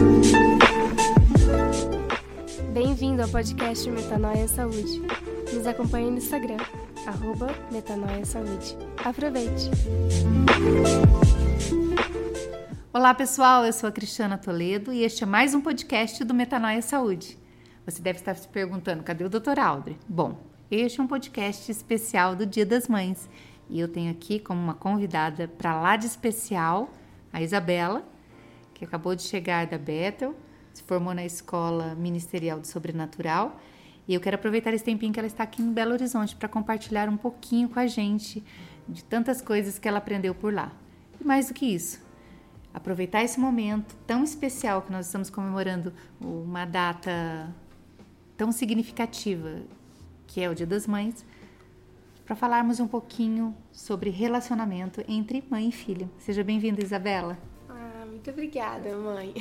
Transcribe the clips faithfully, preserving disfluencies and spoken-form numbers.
Bem-vindo ao podcast Metanoia Saúde. Nos acompanhe no Instagram, arroba Metanoia Saúde. Aproveite! Olá pessoal, eu sou a Cristiana Toledo e este é mais um podcast do Metanoia Saúde. Você deve estar se perguntando, cadê o doutor Aldre? Bom, este é um podcast especial do Dia das Mães e eu tenho aqui como uma convidada para lá de especial a Isabela, que acabou de chegar da Bethel, se formou na Escola Ministerial do Sobrenatural e eu quero aproveitar esse tempinho que ela está aqui em Belo Horizonte para compartilhar um pouquinho com a gente de tantas coisas que ela aprendeu por lá. E mais do que isso, aproveitar esse momento tão especial que nós estamos comemorando, uma data tão significativa que é o Dia das Mães, para falarmos um pouquinho sobre relacionamento entre mãe e filha. Seja bem-vinda, Isabela. Ah, muito obrigada, mãe.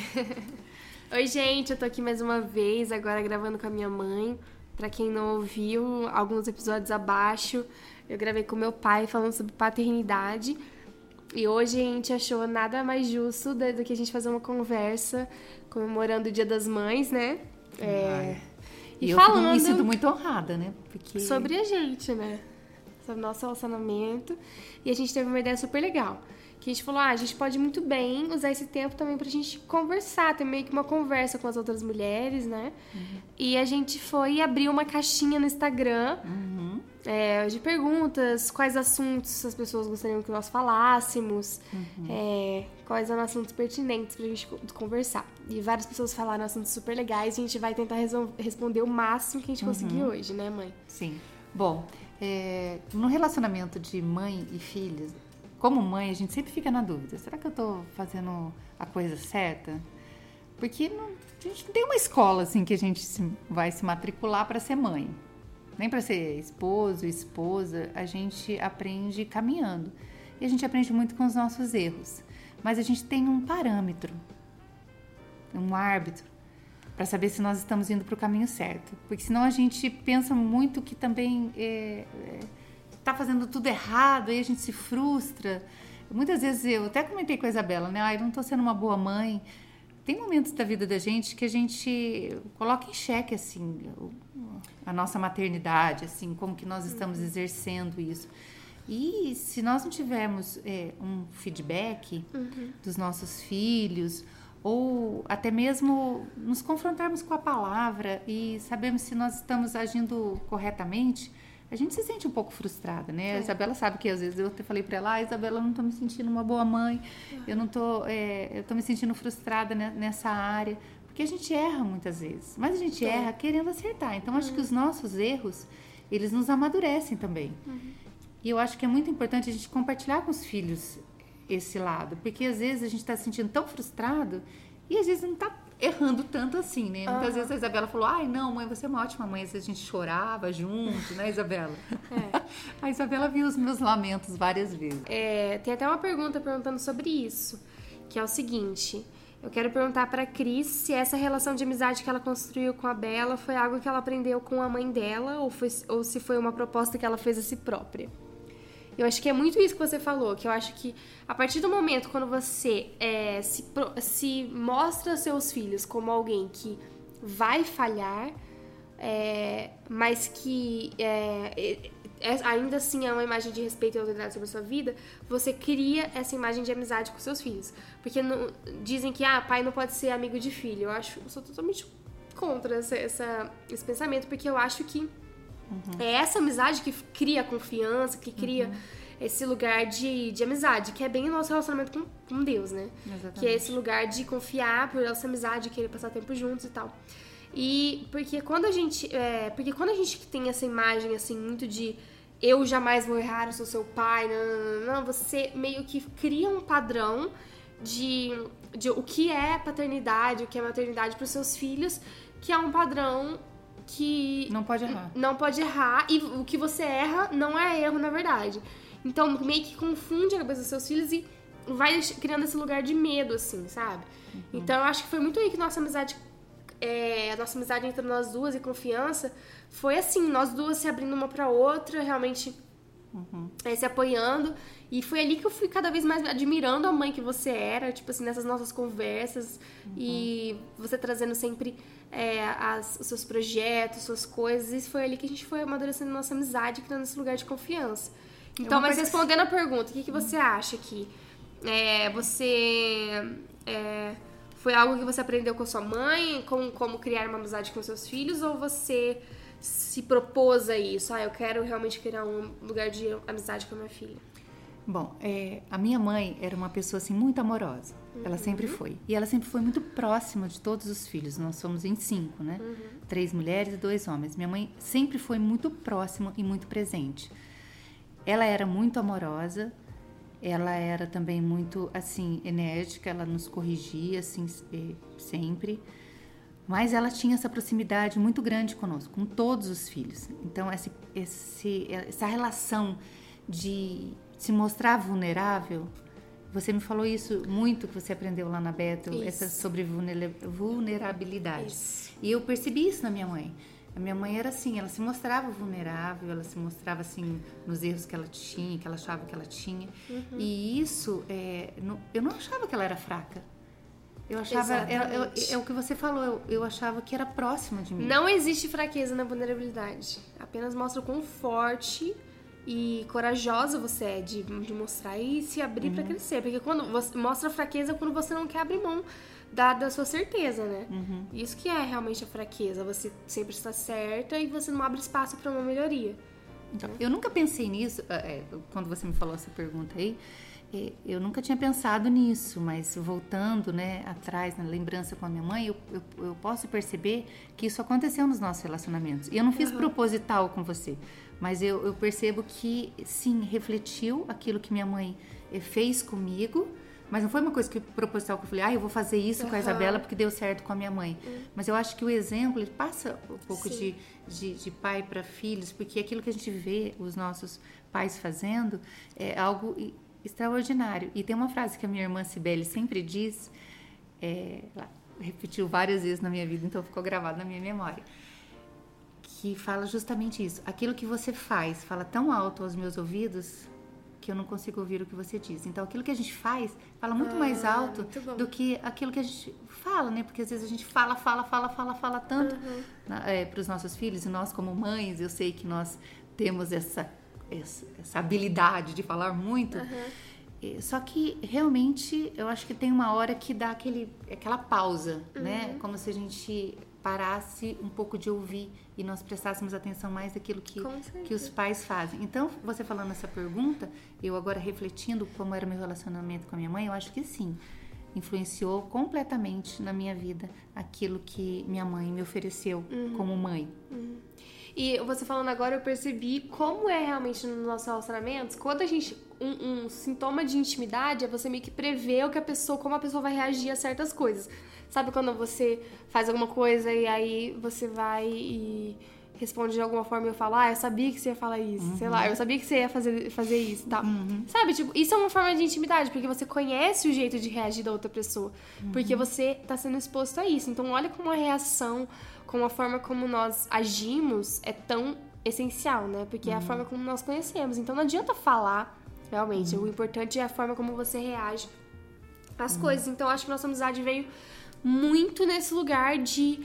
Oi, gente, eu tô aqui mais uma vez, agora gravando com a minha mãe. Pra quem não ouviu, alguns episódios abaixo, eu gravei com meu pai falando sobre paternidade. E hoje a gente achou nada mais justo do que a gente fazer uma conversa comemorando o Dia das Mães, né? É... E, e eu falando... me sinto muito honrada, né? Porque... sobre a gente, né? Sobre o nosso relacionamento. E a gente teve uma ideia super legal. Que a gente falou, ah, a gente pode muito bem usar esse tempo também pra gente conversar, ter meio que uma conversa com as outras mulheres, né? Uhum. E a gente foi abrir uma caixinha no Instagram uhum. é, de perguntas, quais assuntos as pessoas gostariam que nós falássemos, uhum. é, quais eram assuntos pertinentes pra gente conversar. E várias pessoas falaram assuntos super legais e a gente vai tentar resol- responder o máximo que a gente uhum. conseguir hoje, né, mãe? Sim. Bom, é, no relacionamento de mãe e filhos, como mãe, a gente sempre fica na dúvida. Será que eu tô fazendo a coisa certa? Porque não, a gente não tem uma escola assim que a gente se, vai se matricular para ser mãe. Nem para ser esposo, esposa. A gente aprende caminhando. E a gente aprende muito com os nossos erros. Mas a gente tem um parâmetro, um árbitro, para saber se nós estamos indo para o caminho certo. Porque senão a gente pensa muito que também... É, é, tá fazendo tudo errado, aí a gente se frustra. Muitas vezes eu até comentei com a Isabela, né? Ah, eu não tô sendo uma boa mãe. Tem momentos da vida da gente que a gente coloca em xeque, assim, a nossa maternidade, assim, como que nós estamos uhum. exercendo isso. E se nós não tivermos é, um feedback uhum. dos nossos filhos, ou até mesmo nos confrontarmos com a palavra e sabermos se nós estamos agindo corretamente, a gente se sente um pouco frustrada, né? É. A Isabela sabe que às vezes eu até falei pra ela, ah, Isabela, eu não tô me sentindo uma boa mãe, uhum. eu não tô, é, eu tô me sentindo frustrada nessa área, porque a gente erra muitas vezes, mas a gente é. erra querendo acertar, então acho uhum. que os nossos erros, eles nos amadurecem também. Uhum. E eu acho que é muito importante a gente compartilhar com os filhos esse lado, porque às vezes a gente tá se sentindo tão frustrado e às vezes não tá errando tanto assim, né? Uhum. Muitas vezes a Isabela falou, ai, não, mãe, você é uma ótima mãe. Às vezes a gente chorava junto, né, Isabela? É. A Isabela viu os meus lamentos várias vezes. É, tem até uma pergunta perguntando sobre isso, que é o seguinte, eu quero perguntar pra Cris se essa relação de amizade que ela construiu com a Bela foi algo que ela aprendeu com a mãe dela ou, foi, ou se foi uma proposta que ela fez a si própria. Eu acho que é muito isso que você falou, que eu acho que a partir do momento quando você é, se, se mostra aos seus filhos como alguém que vai falhar, é, mas que é, é, ainda assim é uma imagem de respeito e autoridade sobre a sua vida, você cria essa imagem de amizade com seus filhos. Porque não, dizem que ah, pai não pode ser amigo de filho. Eu acho, eu sou totalmente contra essa, essa, esse pensamento, porque eu acho que Uhum. é essa amizade que cria confiança, que cria uhum. esse lugar de, de amizade, que é bem o nosso relacionamento com, com Deus, né? Exatamente. Que é esse lugar de confiar por essa amizade, querer passar tempo juntos e tal. E porque quando a gente, é, porque quando a gente tem essa imagem, assim, muito de eu jamais vou errar, eu sou seu pai, não, não, não, você meio que cria um padrão de, de o que é paternidade, o que é maternidade para os seus filhos, que é um padrão que não pode errar. Não pode errar, e o que você erra não é erro, na verdade. Então, meio que confunde a cabeça dos seus filhos e vai criando esse lugar de medo, assim, sabe? Uhum. Então, eu acho que foi muito aí que nossa amizade, é, a nossa amizade entre nós duas e confiança foi assim, nós duas se abrindo uma pra outra, realmente uhum. é, se apoiando E foi ali que eu fui cada vez mais admirando a mãe que você era, tipo assim, nessas nossas conversas. Uhum. E você trazendo sempre é, as, os seus projetos, suas coisas. E foi ali que a gente foi amadurecendo nossa amizade, criando esse lugar de confiança. Então, mas respondendo a pergunta, o que, que você acha que é, você... É, foi algo que você aprendeu com a sua mãe, com, como criar uma amizade com seus filhos, ou você se propôs a isso? Ah, eu quero realmente criar um lugar de amizade com a minha filha. Bom, é, a minha mãe era uma pessoa assim muito amorosa, uhum. ela sempre foi. E ela sempre foi muito próxima de todos os filhos, nós somos em cinco, né? Uhum. Três mulheres e dois homens. Minha mãe sempre foi muito próxima e muito presente. Ela era muito amorosa, ela era também muito, assim, enérgica, ela nos corrigia, assim, sempre. Mas ela tinha essa proximidade muito grande conosco, com todos os filhos. Então, esse, esse, essa relação de se mostrar vulnerável, você me falou isso muito, que você aprendeu lá na Bethel, essa sobre vulnerabilidade. Isso. E eu percebi isso na minha mãe. A minha mãe era assim, ela se mostrava vulnerável, ela se mostrava assim nos erros que ela tinha, que ela achava que ela tinha. Uhum. E isso, é, não, eu não achava que ela era fraca. Eu achava, é, é, é o que você falou, eu, eu achava que era próxima de mim. Não existe fraqueza na vulnerabilidade. Apenas mostra o quão forte e corajosa você é de, de mostrar e se abrir uhum. para crescer. Porque quando você mostra fraqueza, quando você não quer abrir mão da, da sua certeza, né? Uhum. Isso que é realmente a fraqueza. Você sempre está certa e você não abre espaço para uma melhoria. Então, eu nunca pensei nisso, é, quando você me falou essa pergunta aí, é, eu nunca tinha pensado nisso, mas voltando, né, atrás, na lembrança com a minha mãe, eu, eu, eu posso perceber que isso aconteceu nos nossos relacionamentos. E eu não fiz uhum. proposital com você, mas eu, eu percebo que, sim, refletiu aquilo que minha mãe fez comigo, mas não foi uma coisa que proposital que eu falei, ah, eu vou fazer isso uhum. com a Isabela porque deu certo com a minha mãe. Uhum. Mas eu acho que o exemplo, ele passa um pouco de, de, de pai para filhos, porque aquilo que a gente vê os nossos pais fazendo é algo extraordinário. E tem uma frase que a minha irmã Cibele sempre diz, é, ela repetiu várias vezes na minha vida, então ficou gravado na minha memória, que fala justamente isso. Aquilo que você faz fala tão alto aos meus ouvidos que eu não consigo ouvir o que você diz. Então, aquilo que a gente faz fala muito ah, mais alto muito do que aquilo que a gente fala, né? Porque às vezes a gente fala, fala, fala, fala, fala tanto uhum. é, para os nossos filhos, e nós como mães, eu sei que nós temos essa, essa, essa habilidade de falar muito, uhum. só que realmente eu acho que tem uma hora que dá aquele, aquela pausa, uhum. né? Como se a gente parasse um pouco de ouvir e nós prestássemos atenção mais daquilo que, que os pais fazem. Então, você falando essa pergunta, eu agora refletindo como era o meu relacionamento com a minha mãe, eu acho que sim, influenciou completamente na minha vida aquilo que minha mãe me ofereceu uhum. como mãe. Uhum. E você falando agora, eu percebi como é realmente nos nossos relacionamentos, quando a gente... Um, um sintoma de intimidade é você meio que prever o que a pessoa, como a pessoa vai reagir a certas coisas. Sabe quando você faz alguma coisa e aí você vai e responde de alguma forma e eu falo, ah, eu sabia que você ia falar isso, uhum. sei lá, eu sabia que você ia fazer, fazer isso e tal. Uhum. Sabe, tipo, isso é uma forma de intimidade, porque você conhece o jeito de reagir da outra pessoa, uhum. porque você tá sendo exposto a isso. Então, olha como a reação, como a forma como nós agimos é tão essencial, né? Porque uhum. é a forma como nós conhecemos. Então, não adianta falar, realmente. Uhum. O importante é a forma como você reage às uhum. coisas. Então, acho que nossa amizade veio muito nesse lugar de,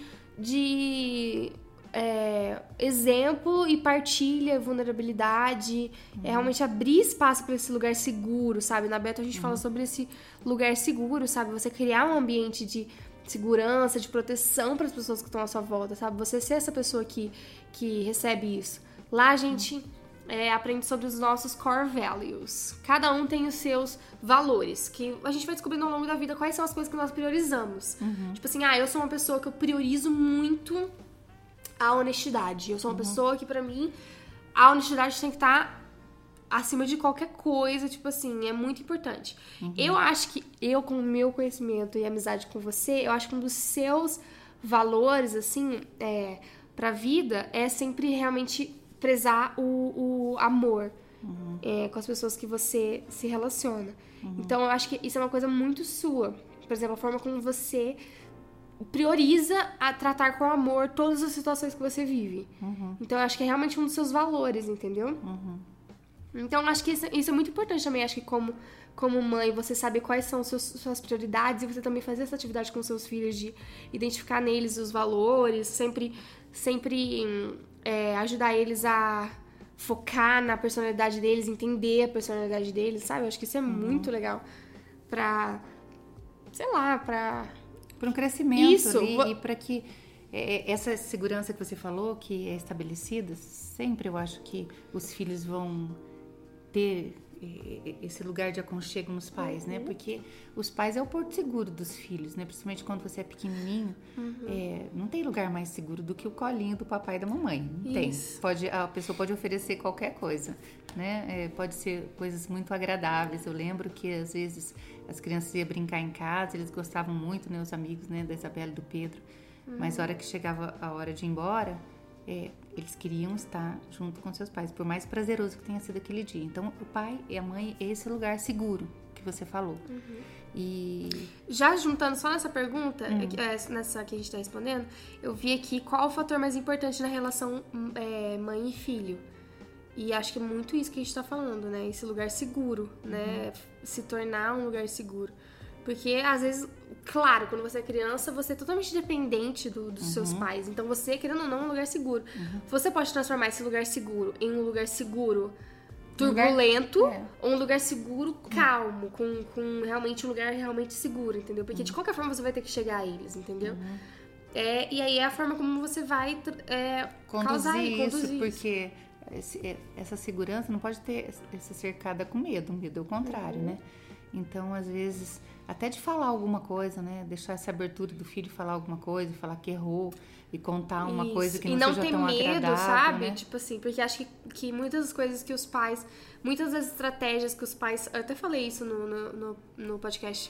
de é, exemplo e partilha, vulnerabilidade, uhum. é realmente abrir espaço para esse lugar seguro, sabe? Na Bethel a gente uhum. fala sobre esse lugar seguro, sabe? Você criar um ambiente de segurança, de proteção para as pessoas que estão à sua volta, sabe? Você ser essa pessoa que, que recebe isso. Lá a gente... Uhum. É, aprende sobre os nossos core values. Cada um tem os seus valores, que a gente vai descobrindo ao longo da vida quais são as coisas que nós priorizamos. Uhum. Tipo assim, ah, eu sou uma pessoa que eu priorizo muito a honestidade. Eu sou uma uhum. pessoa que, pra mim, a honestidade tem que estar acima de qualquer coisa, tipo assim, é muito importante. Uhum. Eu acho que eu, com o meu conhecimento e amizade com você, eu acho que um dos seus valores, assim, é, pra vida é sempre realmente... prezar o, o amor uhum. é, com as pessoas que você se relaciona. Uhum. Então, eu acho que isso é uma coisa muito sua. Por exemplo, a forma como você prioriza a tratar com amor todas as situações que você vive. Uhum. Então, eu acho que é realmente um dos seus valores, entendeu? Uhum. Então, acho que isso, isso é muito importante também. Acho que como, como mãe, você sabe quais são seus, suas prioridades e você também fazer essa atividade com seus filhos de identificar neles os valores, sempre, sempre é, ajudar eles a focar na personalidade deles, entender a personalidade deles, sabe? Eu acho que isso é uhum. muito legal pra, sei lá, pra... Para um crescimento isso. ali e para que é, essa segurança que você falou, que é estabelecida, sempre eu acho que os filhos vão ter esse lugar de aconchego nos pais, uhum. né? Porque os pais é o porto seguro dos filhos, né? Principalmente quando você é pequenininho, uhum. é, não tem lugar mais seguro do que o colinho do papai e da mamãe. Não tem. Pode, a pessoa pode oferecer qualquer coisa, né? É, pode ser coisas muito agradáveis. Eu lembro que às vezes as crianças iam brincar em casa, eles gostavam muito, né? Os amigos, né? Da Isabela e do Pedro. Uhum. Mas a hora que chegava a hora de ir embora, É, eles queriam estar junto com seus pais, por mais prazeroso que tenha sido aquele dia. Então, o pai e a mãe é esse lugar seguro que você falou. Uhum. E... Já juntando só nessa pergunta, uhum. é, nessa que a gente está respondendo, eu vi aqui qual o fator mais importante na relação é, mãe e filho. E acho que é muito isso que a gente está falando, né? Esse lugar seguro, uhum. né? Se tornar um lugar seguro. Porque, às vezes, claro, quando você é criança, você é totalmente dependente do, dos uhum. seus pais. Então, você, querendo ou não, é um lugar seguro. Uhum. Você pode transformar esse lugar seguro em um lugar seguro turbulento, um lugar, é. ou um lugar seguro calmo, com, com realmente um lugar realmente seguro, entendeu? Porque, uhum. de qualquer forma, você vai ter que chegar a eles, entendeu? Uhum. É, e aí é a forma como você vai é, conduzir, causar, isso, conduzir porque esse, essa segurança não pode ter ser cercada com medo. O medo é o contrário, uhum. né? Então, às vezes, até de falar alguma coisa, né? Deixar essa abertura do filho falar alguma coisa, falar que errou e contar uma Isso. coisa que não, e não seja tão medo, agradável, sabe? né? Tipo assim, porque acho que, que muitas das coisas que os pais... Muitas das estratégias que os pais... Eu até falei isso no, no, no, no podcast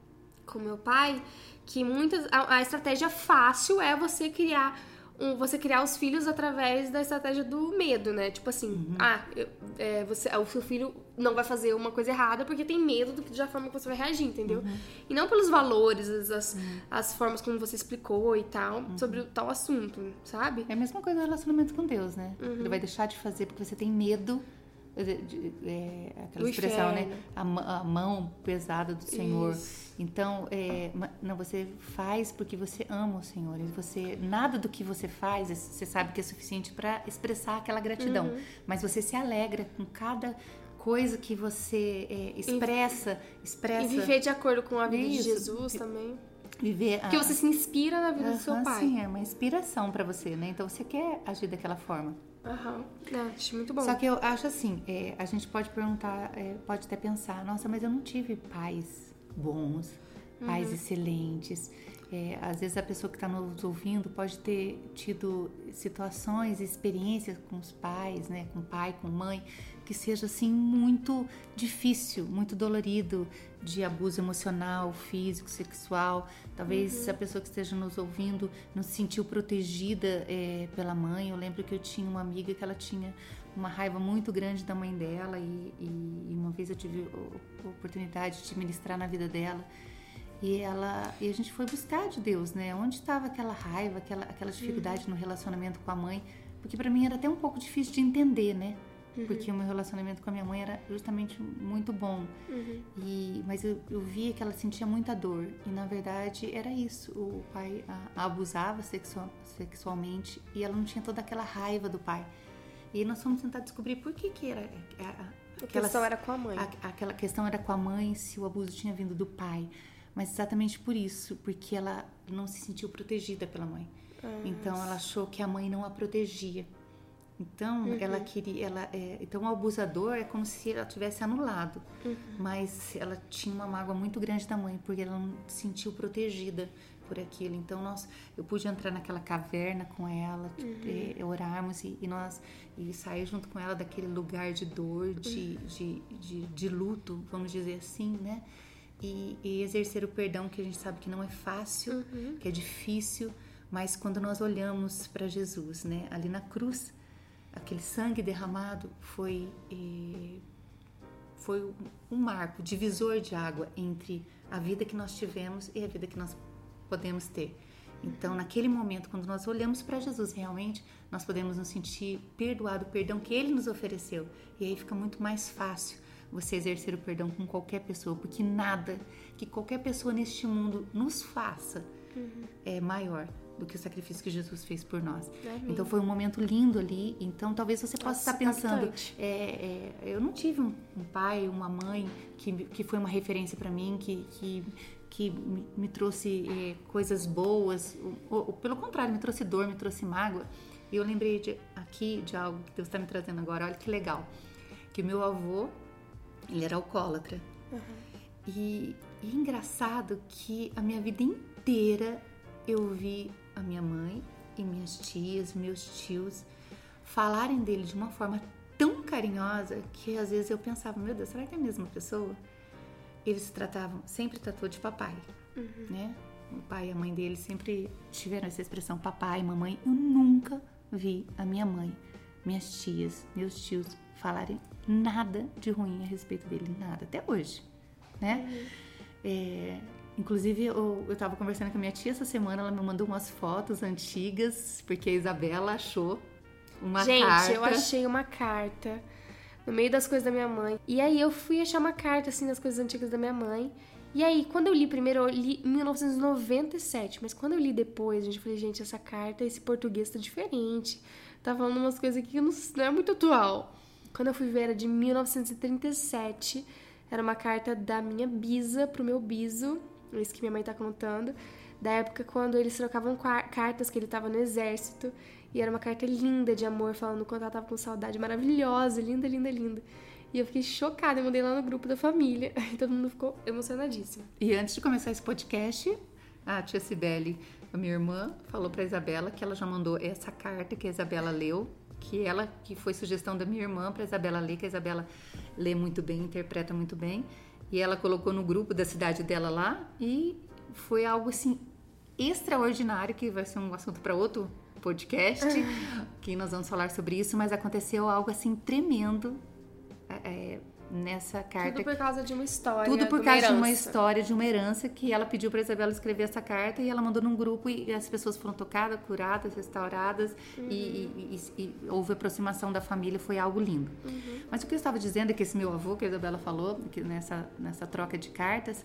com meu pai, que muitas... A, a estratégia fácil é você criar... Um, você criar os filhos através da estratégia do medo, né? Tipo assim, uhum. ah, eu, é, você, o seu filho não vai fazer uma coisa errada porque tem medo do, da forma que você vai reagir, entendeu? Uhum. E não pelos valores, as, as, uhum. as formas como você explicou e tal, uhum. sobre o tal assunto, sabe? É a mesma coisa no relacionamento com Deus, né? Uhum. Ele vai deixar de fazer porque você tem medo... De, de, é, aquela do expressão, inferno. né? A, a mão pesada do Senhor. Isso. Então, é, não, você faz porque você ama o Senhor. E você, nada do que você faz, você sabe que é suficiente para expressar aquela gratidão. Uhum. Mas você se alegra com cada coisa que você é, expressa, e, expressa. E viver de acordo com a vida Isso. de Jesus também. Viver Porque a... você se inspira na vida uhum, do seu pai. Sim, é uma inspiração para você, né? Então, você quer agir daquela forma. Aham, uhum. é, acho muito bom. Só que eu acho assim, é, a gente pode perguntar, é, pode até pensar, nossa, mas eu não tive pais bons, pais uhum. excelentes. É, às vezes a pessoa que está nos ouvindo pode ter tido situações, experiências com os pais, né, com pai, com mãe, que seja assim muito difícil, muito dolorido, de abuso emocional, físico, sexual. Talvez uhum. a pessoa que esteja nos ouvindo não se sentiu protegida é, pela mãe. Eu lembro que eu tinha uma amiga que ela tinha uma raiva muito grande da mãe dela e, e uma vez eu tive a oportunidade de ministrar na vida dela. E, ela, e a gente foi buscar de Deus, né? Onde estava aquela raiva, aquela, aquela dificuldade uhum. no relacionamento com a mãe? Porque para mim era até um pouco difícil de entender, né? Uhum. Porque o meu relacionamento com a minha mãe era justamente muito bom. Uhum. E, mas eu, eu via que ela sentia muita dor. E na verdade era isso. O pai a, a abusava sexual, sexualmente e ela não tinha toda aquela raiva do pai. E nós fomos tentar descobrir por que que era... A, a, a questão era com a mãe. A, aquela questão era com a mãe, se o abuso tinha vindo do pai. Mas exatamente por isso, porque ela não se sentiu protegida pela mãe. Ah, então ela achou que a mãe não a protegia. Então uhum. ela queria, ela, é, então o abusador é como se ela tivesse anulado, uhum. mas ela tinha uma mágoa muito grande da mãe porque ela não se sentiu protegida por aquilo. Então nós, eu pude entrar naquela caverna com ela, uhum. é, orarmos e, e nós e sair junto com ela daquele lugar de dor, de, uhum. de, de, de luto, vamos dizer assim, né? E, e exercer o perdão, que a gente sabe que não é fácil, uhum. que é difícil, mas quando nós olhamos para Jesus, né, ali na cruz, aquele sangue derramado foi, eh, foi um marco, divisor de água entre a vida que nós tivemos e a vida que nós podemos ter. Então, naquele momento, quando nós olhamos para Jesus, realmente, nós podemos nos sentir perdoado, o perdão que Ele nos ofereceu. E aí fica muito mais fácil você exercer o perdão com qualquer pessoa, porque nada que qualquer pessoa neste mundo nos faça uhum. é maior do que o sacrifício que Jesus fez por nós. É então foi um momento lindo ali. Então talvez você possa Nossa, estar pensando, é, é, eu não tive um, um pai, uma mãe que, que foi uma referência para mim, que, que, que me, me trouxe é, coisas boas, ou, ou pelo contrário, me trouxe dor, me trouxe mágoa. E eu lembrei de, aqui de algo que Deus está me trazendo agora, olha que legal, que o meu avô, ele era alcoólatra. Uhum. E, e é engraçado que a minha vida inteira eu vi a minha mãe e minhas tias, meus tios falarem dele de uma forma tão carinhosa que às vezes eu pensava, meu Deus, será que é a mesma pessoa? Eles se tratavam, sempre tratou de papai, uhum. né? O pai e a mãe dele sempre tiveram essa expressão papai, mamãe. Eu nunca vi a minha mãe, minhas tias, meus tios falarem nada de ruim a respeito dele, nada, até hoje, né? Uhum. É, inclusive, eu, eu tava conversando com a minha tia essa semana, ela me mandou umas fotos antigas, porque a Isabela achou uma Gente, carta. Gente, eu achei uma carta no meio das coisas da minha mãe, e aí eu fui achar uma carta, assim, das coisas antigas da minha mãe, e aí, quando eu li primeiro, eu li em mil novecentos e noventa e sete, mas quando eu li depois, gente, eu falei, gente, essa carta, esse português tá diferente, tá falando umas coisas aqui que não, não é muito atual. Quando eu fui ver, era de mil novecentos e trinta e sete, era uma carta da minha bisa pro meu biso, isso que minha mãe tá contando, da época quando eles trocavam cartas, que ele tava no exército, e era uma carta linda de amor, falando quanto ela tava com saudade, maravilhosa, linda, linda, linda. E eu fiquei chocada, eu mandei lá no grupo da família, e todo mundo ficou emocionadíssimo. E antes de começar esse podcast, a tia Cibele, a minha irmã, falou pra Isabela que ela já mandou essa carta que a Isabela leu, que ela, que foi sugestão da minha irmã pra Isabela ler, que a Isabela lê muito bem, interpreta muito bem, e ela colocou no grupo da cidade dela lá, e foi algo assim extraordinário, que vai ser um assunto para outro podcast, que nós vamos falar sobre isso, mas aconteceu algo assim tremendo é, nessa carta. Tudo por causa de uma história. Tudo por causa de uma história, de uma herança, que ela pediu para Isabela escrever essa carta, e ela mandou num grupo, e as pessoas foram tocadas, curadas, restauradas, uhum. e, e, e, e houve aproximação da família, foi algo lindo. Uhum. Mas o que eu estava dizendo é que esse meu avô, que a Isabela falou, que nessa, nessa troca de cartas,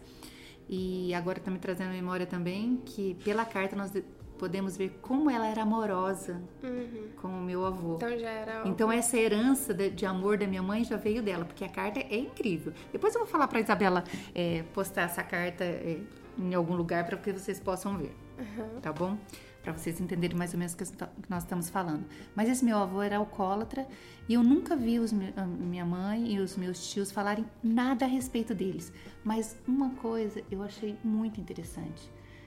e agora está me trazendo a memória também, que pela carta nós podemos ver como ela era amorosa uhum. com o meu avô. Então já era... Então essa herança de, de amor da minha mãe já veio dela, porque a carta é incrível. Depois eu vou falar para a Isabela é, postar essa carta é, em algum lugar para que vocês possam ver, uhum. tá bom? Para vocês entenderem mais ou menos o que nós estamos falando. Mas esse meu avô era alcoólatra e eu nunca vi os, a minha mãe e os meus tios falarem nada a respeito deles. Mas uma coisa eu achei muito interessante.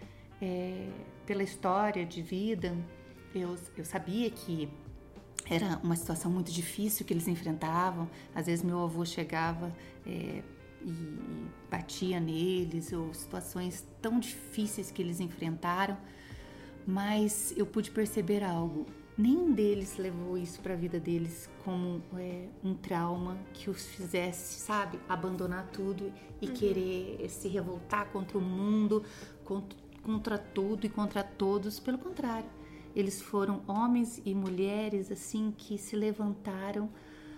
É, pela história de vida, eu, eu sabia que era uma situação muito difícil que eles enfrentavam. Às vezes meu avô chegava é, e, e batia neles, ou situações tão difíceis que eles enfrentaram. Mas eu pude perceber algo. Nenhum deles levou isso para a vida deles como é, um trauma que os fizesse, sabe, abandonar tudo e uhum. querer se revoltar contra o mundo, contra, contra tudo e contra todos. Pelo contrário, eles foram homens e mulheres assim que se levantaram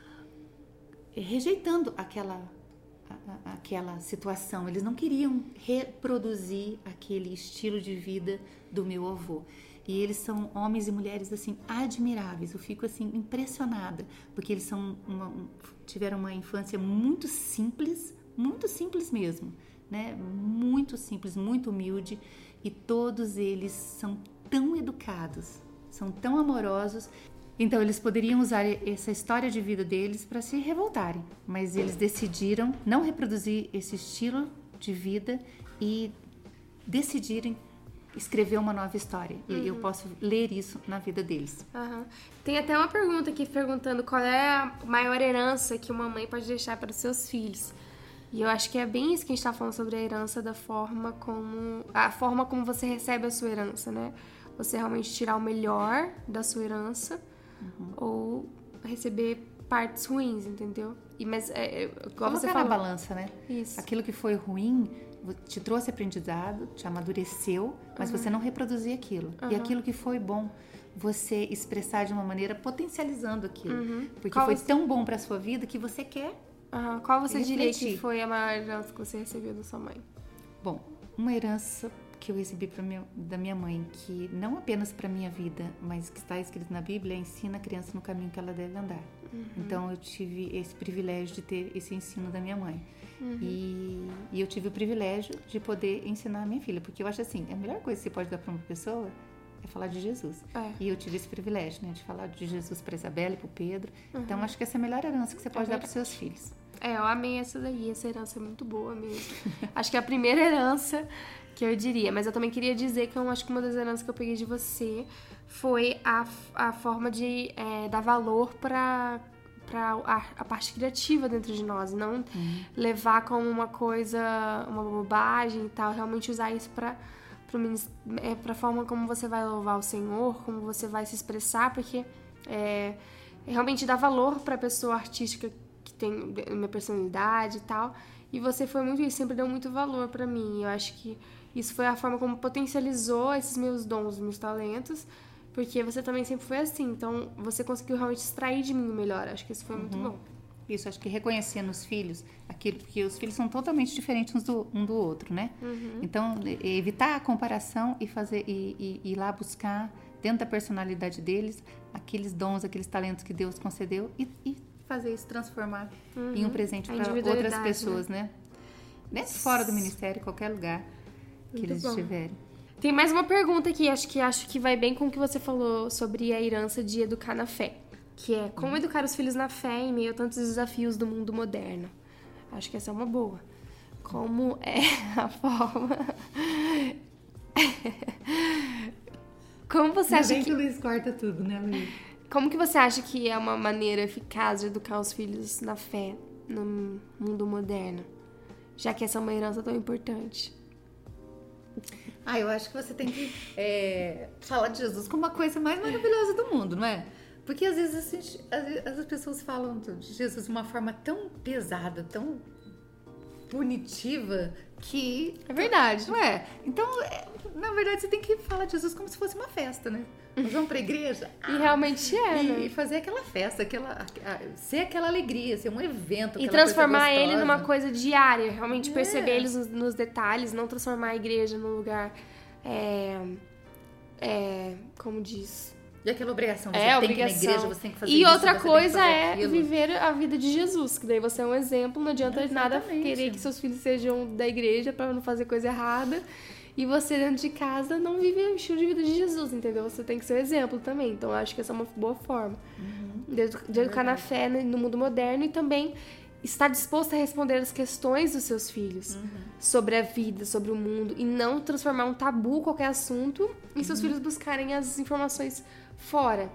rejeitando aquela, a, a, aquela situação. Eles não queriam reproduzir aquele estilo de vida do meu avô. E eles são homens e mulheres, assim, admiráveis. Eu fico, assim, impressionada, porque eles são uma, tiveram uma infância muito simples, muito simples mesmo, né? Muito simples, muito humilde. E todos eles são tão educados, são tão amorosos. Então, eles poderiam usar essa história de vida deles para se revoltarem. Mas eles decidiram não reproduzir esse estilo de vida e decidirem escrever uma nova história. E uhum. eu posso ler isso na vida deles. Uhum. Tem até uma pergunta aqui perguntando qual é a maior herança que uma mãe pode deixar para os seus filhos. E eu acho que é bem isso que a gente está falando sobre a herança, da forma como... A forma como você recebe a sua herança, né? Você realmente tirar o melhor da sua herança uhum. ou receber partes ruins, entendeu? E, mas, é, igual Colocar você falou... na balança, né? Isso. Aquilo que foi ruim, te trouxe aprendizado, te amadureceu, mas Uhum. você não reproduzir aquilo. Uhum. E aquilo que foi bom, você expressar de uma maneira potencializando aquilo. Uhum. Porque Qual foi você... tão bom pra sua vida que você quer. Uhum. Qual você diria refletir. que foi a maior herança que você recebeu da sua mãe? Bom, uma herança que eu recebi pra minha, da minha mãe, que não apenas para minha vida, mas que está escrito na Bíblia, ensina a criança no caminho que ela deve andar. Uhum. Então eu tive esse privilégio de ter esse ensino da minha mãe. Uhum. E, e eu tive o privilégio de poder ensinar a minha filha, porque eu acho assim, a melhor coisa que você pode dar para uma pessoa é falar de Jesus. É. E eu tive esse privilégio, né, de falar de Jesus para Isabela e para o Pedro. Uhum. Então acho que essa é a melhor herança que você pode É dar para seus filhos. É, eu amei essa daí, essa herança é muito boa mesmo. Acho que é a primeira herança que eu diria, mas eu também queria dizer que eu acho que uma das heranças que eu peguei de você foi a, a forma de é, dar valor para a, a parte criativa dentro de nós, não Uhum. levar como uma coisa, uma bobagem e tal, realmente usar isso para para a forma como você vai louvar o Senhor, como você vai se expressar, porque é, realmente dá valor para a pessoa artística que tem minha personalidade e tal. E você foi muito isso, sempre deu muito valor pra mim. Eu acho que isso foi a forma como potencializou esses meus dons, meus talentos, porque você também sempre foi assim. Então, você conseguiu realmente extrair de mim o melhor. Acho que isso foi muito bom. Isso, acho que reconhecer nos filhos aquilo, porque os filhos são totalmente diferentes uns do, um do outro, né? Uhum. Então, evitar a comparação e fazer e, e, e ir lá buscar dentro da personalidade deles aqueles dons, aqueles talentos que Deus concedeu e, e fazer isso transformar Uhum. em um presente A para outras individualidade, pessoas, né? Dentro fora do ministério, qualquer lugar que Muito eles bom. estiverem. Tem mais uma pergunta aqui, acho que acho que vai bem com o que você falou sobre a herança de educar na fé, que é como educar os filhos na fé em meio a tantos desafios do mundo moderno. Acho que essa é uma boa. Como é a forma... Como você acha que... o Luiz corta tudo, né, Luiz? Como que você acha que é uma maneira eficaz de educar os filhos na fé no mundo moderno? Já que essa é uma herança tão importante. Ah, eu acho que você tem que é, falar de Jesus como a coisa mais maravilhosa do mundo, não é? Porque às vezes, assim, às vezes as pessoas falam de Jesus de uma forma tão pesada, tão punitiva, que... É verdade. Não é? Então, é, na verdade, você tem que falar de Jesus como se fosse uma festa, né? Nós vamos pra igreja... E realmente é, e, né? e fazer aquela festa, aquela, a- ser aquela alegria, ser um evento, E aquela transformar coisa ele gostosa. numa coisa diária, realmente É. perceber eles nos, nos detalhes, não transformar a igreja num lugar, é, é, como diz, E aquela obrigação, você é tem obrigação. que ir na igreja, você tem que fazer e isso, outra você tem que coisa fazer é aquilo. viver a vida de Jesus, que daí você é um exemplo, não adianta nada Exatamente. querer que seus filhos sejam da igreja pra não fazer coisa errada. E você dentro de casa não vive o estilo de vida de Jesus, entendeu? Você tem que ser o exemplo também. Então, eu acho que essa é uma boa forma de, edu- de educar na fé né, no mundo moderno e também estar disposto a responder as questões dos seus filhos sobre a vida, sobre o mundo e não transformar um tabu qualquer assunto e seus filhos buscarem as informações fora.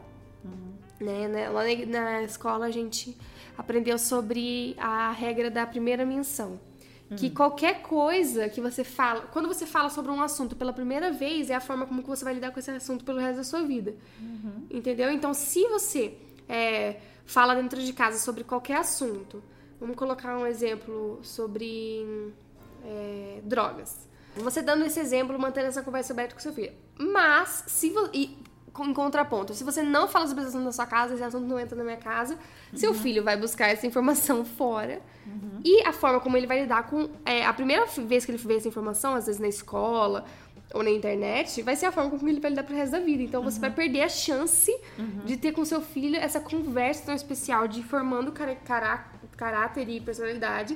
Né? né? Lá na, na escola a gente aprendeu sobre a regra da primeira menção. Que qualquer coisa que você fala... Quando você fala sobre um assunto pela primeira vez, é a forma como que você vai lidar com esse assunto pelo resto da sua vida. Uhum. Entendeu? Então, se você é, fala dentro de casa sobre qualquer assunto... Vamos colocar um exemplo sobre é, drogas. Você dando esse exemplo, mantendo essa conversa aberta com seu filho. Mas, se vo- e, em contraponto, se você não fala sobre esse assunto na sua casa, esse assunto não entra na minha casa, seu filho vai buscar essa informação fora. E a forma como ele vai lidar com... É, a primeira vez que ele vê essa informação, às vezes na escola ou na internet, vai ser a forma como ele vai lidar pro resto da vida. Então, você vai perder a chance de ter com seu filho essa conversa tão especial, de ir formando cara- cará- caráter e personalidade.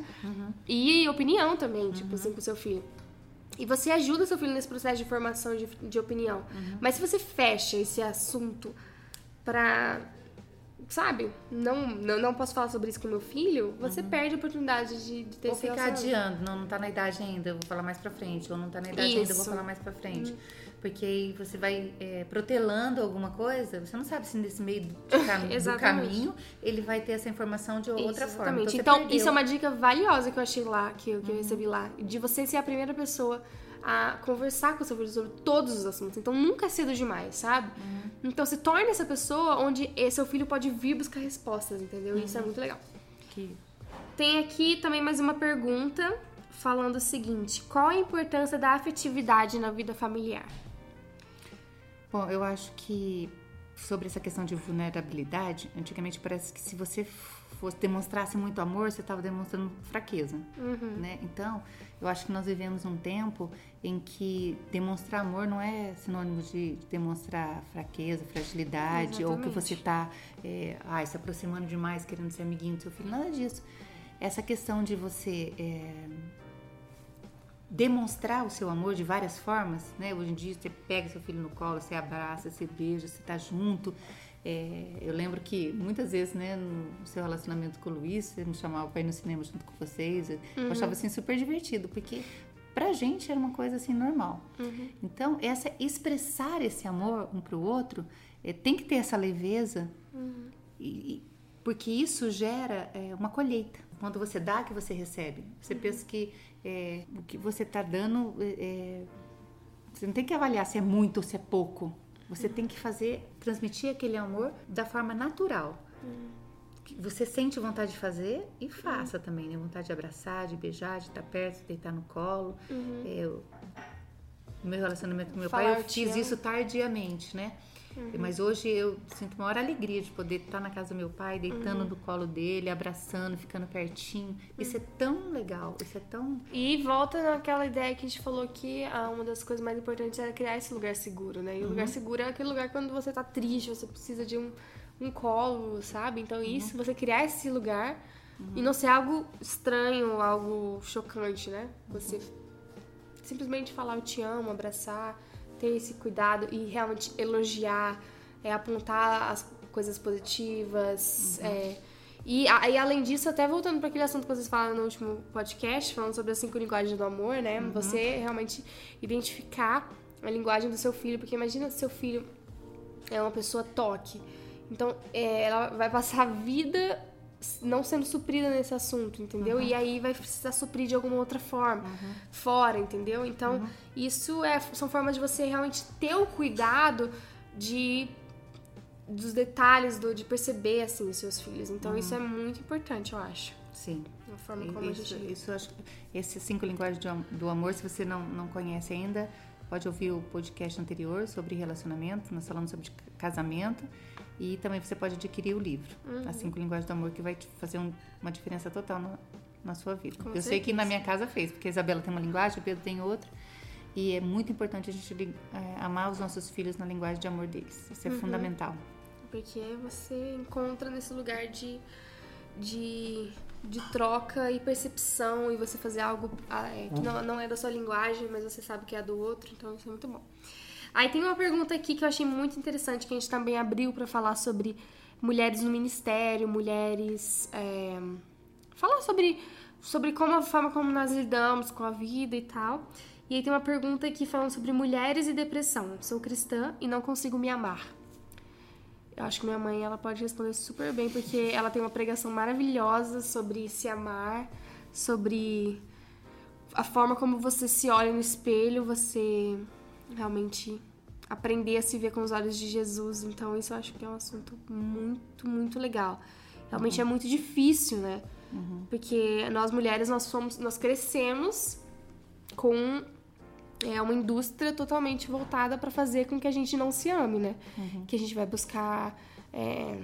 E opinião também, tipo assim, com seu filho. E você ajuda seu filho nesse processo de formação de, de opinião. Mas se você fecha esse assunto pra... Sabe? Não, não, não posso falar sobre isso com meu filho, você perde a oportunidade de, de ter Ou esse ficar relacionamento. adiando, não, não tá na idade ainda, eu vou falar mais pra frente. Ou não tá na idade ainda, eu vou Isso. falar mais pra frente. Porque aí você vai é, protelando alguma coisa, você não sabe se nesse meio de cam- do Exatamente. caminho ele vai ter essa informação de outra Isso, forma. exatamente. você Então, perdeu. isso é uma dica valiosa que eu achei lá, que, eu- que eu recebi lá. De você ser a primeira pessoa a conversar com o seu filho sobre todos os assuntos. Então, nunca é cedo demais, sabe? Então, se torne essa pessoa onde eh, seu filho pode vir buscar respostas, entendeu? Isso é muito legal. Que- Tem aqui também mais uma pergunta. falando o seguinte: qual a importância da afetividade na vida familiar? Bom, eu acho que sobre essa questão de vulnerabilidade, antigamente parece que se você fosse demonstrasse muito amor, você estava demonstrando fraqueza, uhum. né? Então, eu acho que nós vivemos um tempo em que demonstrar amor não é sinônimo de demonstrar fraqueza, fragilidade, Exatamente. Ou que você está é, ah, se aproximando demais, querendo ser amiguinho do seu filho, nada disso. Essa questão de você é, demonstrar o seu amor de várias formas, né? Hoje em dia você pega seu filho no colo, você abraça, você beija, você está junto. É, eu lembro que muitas vezes, né, no seu relacionamento com o Luiz, você me chamava para ir no cinema junto com vocês, eu uhum. achava assim super divertido, porque pra gente era uma coisa assim normal. Uhum. Então, essa, expressar esse amor um pro outro, é, tem que ter essa leveza, uhum. e, porque isso gera é, uma colheita. Quando você dá, que você recebe. Você uhum. pensa que é, o que você tá dando, é, você não tem que avaliar se é muito ou se é pouco. Você tem que fazer, transmitir aquele amor da forma natural. Hum. Você sente vontade de fazer e faça hum. também, né? Vontade de abraçar, de beijar, de estar perto, de deitar no colo. Uhum. Eu, no meu relacionamento com meu Falar pai, eu fiz isso tardiamente, né? Uhum. Mas hoje eu sinto maior alegria de poder estar na casa do meu pai, deitando uhum. no colo dele, abraçando, ficando pertinho. Uhum. Isso é tão legal, isso é tão... E volta naquela ideia que a gente falou que ah, uma das coisas mais importantes era criar esse lugar seguro, né? E uhum. o lugar seguro é aquele lugar quando você tá triste, você precisa de um, um colo, sabe? Então isso, uhum. você criar esse lugar uhum. e não ser algo estranho, algo chocante, né? Você uhum. simplesmente falar eu te amo, abraçar... ter esse cuidado e realmente elogiar, é, apontar as coisas positivas. Uhum. É, e, a, e além disso, até voltando para aquele assunto que vocês falaram no último podcast, falando sobre as cinco linguagens do amor, né? Uhum. Você realmente identificar a linguagem do seu filho, porque imagina se seu filho é uma pessoa toque. Então, é, ela vai passar a vida não sendo suprida nesse assunto, entendeu? Uhum. E aí vai precisar suprir de alguma outra forma, uhum. fora, entendeu? Então, uhum. isso é, são formas de você realmente ter o cuidado de, dos detalhes, do, de perceber, assim, os seus filhos. Então, uhum. isso é muito importante, eu acho. Sim. A forma como isso, a gente... Isso, acho que esses cinco linguagens do amor, se você não, não conhece ainda, pode ouvir o podcast anterior sobre relacionamento, nós falamos sobre casamento. E também você pode adquirir o livro, uhum. As Cinco Linguagens do Amor, que vai te fazer um, uma diferença total na, na sua vida. Com Eu certeza. sei que na minha casa fez, porque a Isabela tem uma linguagem, o Pedro tem outra. E é muito importante a gente é, amar os nossos filhos na linguagem de amor deles. Isso é uhum. fundamental. Porque você encontra nesse lugar de, de, de troca e percepção, e você fazer algo é, que não, não é da sua linguagem, mas você sabe que é do outro, então isso é muito bom. Aí tem uma pergunta aqui que eu achei muito interessante, que a gente também abriu para falar sobre mulheres no ministério, mulheres... É, falar sobre, sobre como a forma como nós lidamos com a vida e tal. E aí tem uma pergunta aqui falando sobre mulheres e depressão. Sou cristã e não consigo me amar. Eu acho que minha mãe ela pode responder super bem, porque ela tem uma pregação maravilhosa sobre se amar, sobre a forma como você se olha no espelho, você... realmente aprender a se ver com os olhos de Jesus. Então isso eu acho que é um assunto muito, muito legal. Realmente uhum. é muito difícil, né? Uhum. Porque nós mulheres, nós somos, nós crescemos com é, uma indústria totalmente voltada para fazer com que a gente não se ame, né? Uhum. Que a gente vai buscar é,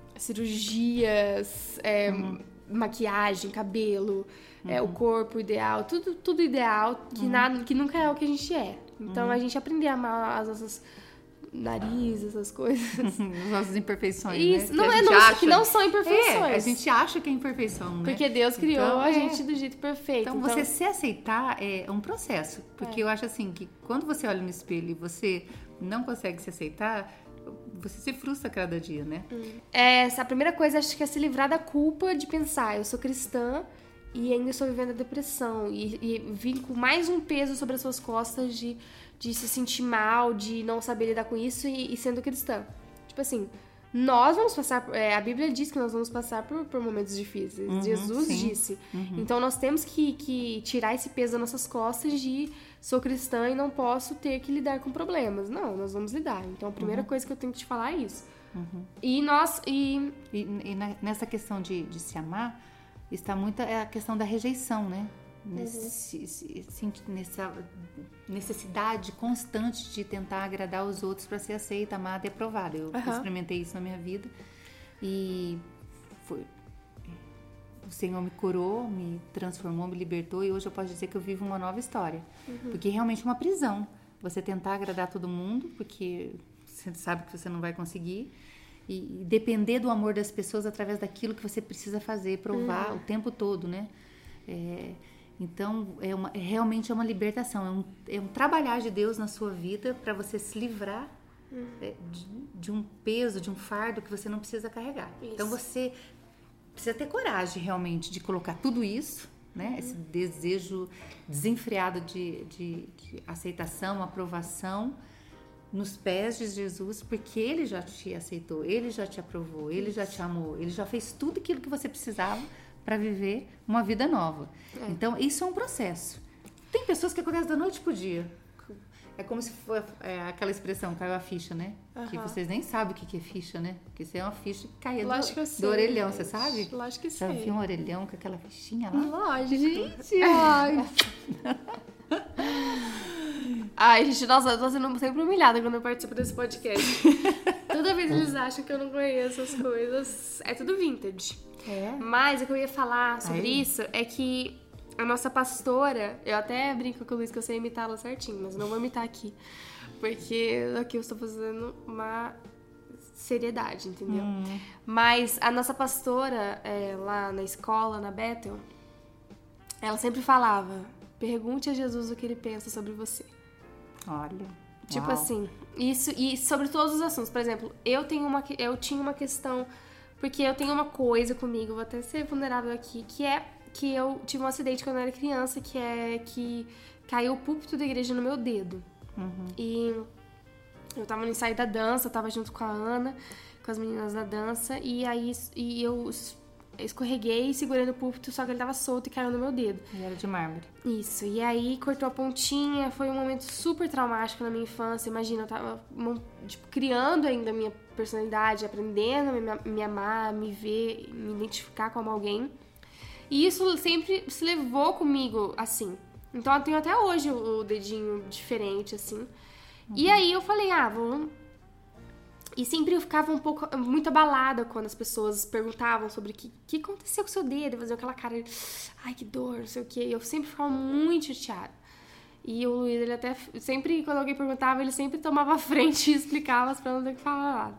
cirurgias, é, uhum. maquiagem, cabelo, uhum. é, o corpo ideal, tudo, tudo ideal, que, uhum. nada, que nunca é o que a gente é. Então, uhum. a gente aprender a amar as nossas narizes, essas coisas. As nossas imperfeições, Isso, né? não que é, não, acha... que não são imperfeições. É, a gente acha que é imperfeição, né? Porque Deus criou então, a é. gente do jeito perfeito. Então, então, você se aceitar é um processo. Porque é. eu acho assim, que quando você olha no espelho e você não consegue se aceitar, você se frustra cada dia, né? Hum. É, a primeira coisa, acho que é se livrar da culpa de pensar, eu sou cristã e ainda estou vivendo a depressão. E, e vim com mais um peso sobre as suas costas de... de se sentir mal, de não saber lidar com isso e, e sendo cristã. Tipo assim, nós vamos passar... É, a Bíblia diz que nós vamos passar por, por momentos difíceis. Uhum, Jesus sim. disse. Uhum. Então, nós temos que, que tirar esse peso das nossas costas de sou cristã e não posso ter que lidar com problemas. Não, nós vamos lidar. Então, a primeira uhum. coisa que eu tenho que te falar é isso. Uhum. E nós... E, e, e nessa questão de, de se amar, está muito a questão da rejeição, né? nesse, uhum. nessa necessidade constante de tentar agradar os outros para ser aceita, amada e aprovada. Eu uhum. experimentei isso na minha vida e foi... o Senhor me curou, me transformou, me libertou e hoje eu posso dizer que eu vivo uma nova história. Uhum. Porque realmente é uma prisão. Você tentar agradar todo mundo, porque você sabe que você não vai conseguir. E, e depender do amor das pessoas através daquilo que você precisa fazer, provar uhum. o tempo todo, né? É, então, é, uma, é realmente é uma libertação. É um, é um trabalhar de Deus na sua vida para você se livrar uhum. é, de, de um peso, de um fardo que você não precisa carregar. Isso. Então, você... precisa ter coragem, realmente, de colocar tudo isso, né? Uhum. Esse desejo desenfreado de, de, de aceitação, aprovação, nos pés de Jesus, porque Ele já te aceitou, Ele já te aprovou, Ele isso. já te amou, Ele já fez tudo aquilo que você precisava para viver uma vida nova. É. Então, isso é um processo. Tem pessoas que acontecem da noite pro dia. É como se for é, aquela expressão, caiu a ficha, né? Uhum. Que vocês nem sabem o que é ficha, né? Porque isso é uma ficha que caía do, do orelhão, você sabe? Lógico que sei. Já viu um orelhão com aquela fichinha lá? Lógico. Gente, ai. Ai, gente, nossa, eu tô sendo sempre humilhada quando eu participo desse podcast. Toda vez eles acham que eu não conheço as coisas. É tudo vintage. É? Mas o que eu ia falar sobre Aí. isso é que a nossa pastora, eu até brinco com o Luiz que eu sei imitá-la certinho, mas não vou imitar aqui. Porque aqui eu estou fazendo uma seriedade, entendeu? Hum. Mas a nossa pastora, é, lá na escola, na Bethel, ela sempre falava, pergunte a Jesus o que ele pensa sobre você. Olha. Tipo Uau. assim, isso, e sobre todos os assuntos. Por exemplo, eu, tenho uma, eu tinha uma questão, porque eu tenho uma coisa comigo, vou até ser vulnerável aqui, que é que eu tive um acidente quando eu era criança, que é que caiu o púlpito da igreja no meu dedo. Uhum. E eu tava no ensaio da dança, eu tava junto com a Ana, com as meninas da dança, e aí e eu escorreguei, segurei no púlpito, só que ele tava solto e caiu no meu dedo. E era de mármore. Isso, e aí cortou a pontinha, foi um momento super traumático na minha infância. Imagina, eu tava tipo, criando ainda a minha personalidade, aprendendo a me, me amar, me ver, me identificar como alguém. E isso sempre se levou comigo, assim. Então eu tenho até hoje o dedinho diferente, assim. Uhum. E aí eu falei, ah, vou... E sempre eu ficava um pouco, muito abalada quando as pessoas perguntavam sobre o que, que aconteceu com o seu dedo. Fazer aquela cara, ai, que dor, não sei o quê. E eu sempre ficava muito chateada. E o Luiz, ele até, sempre, quando alguém perguntava, ele sempre tomava a frente e explicava pra não ter que falar nada.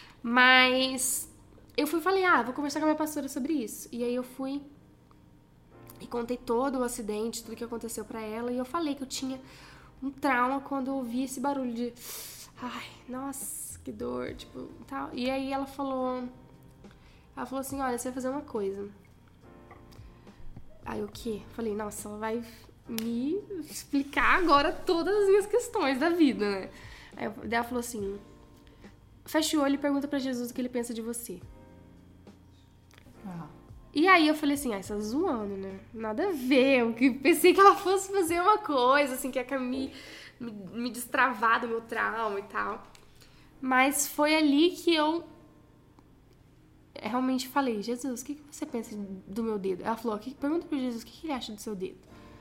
Mas eu fui e falei, ah, vou conversar com a minha pastora sobre isso. E aí eu fui e contei todo o acidente, tudo que aconteceu pra ela. E eu falei que eu tinha um trauma quando eu ouvi esse barulho de... Ai, nossa, que dor, tipo, tal. E aí ela falou... Ela falou assim, olha, você vai fazer uma coisa. Aí o quê? Falei, nossa, ela vai me explicar agora todas as minhas questões da vida, né? Aí ela falou assim, fecha o olho e pergunta pra Jesus o que ele pensa de você. Ah. E aí eu falei assim, ah, você tá zoando, né? Nada a ver. Eu pensei que ela fosse fazer uma coisa, assim, que ia me, me, me destravar do meu trauma e tal. Mas foi ali que eu realmente falei, Jesus, o que, que você pensa do meu dedo? Ela falou, pergunta pra Jesus o que, que ele acha do seu dedo.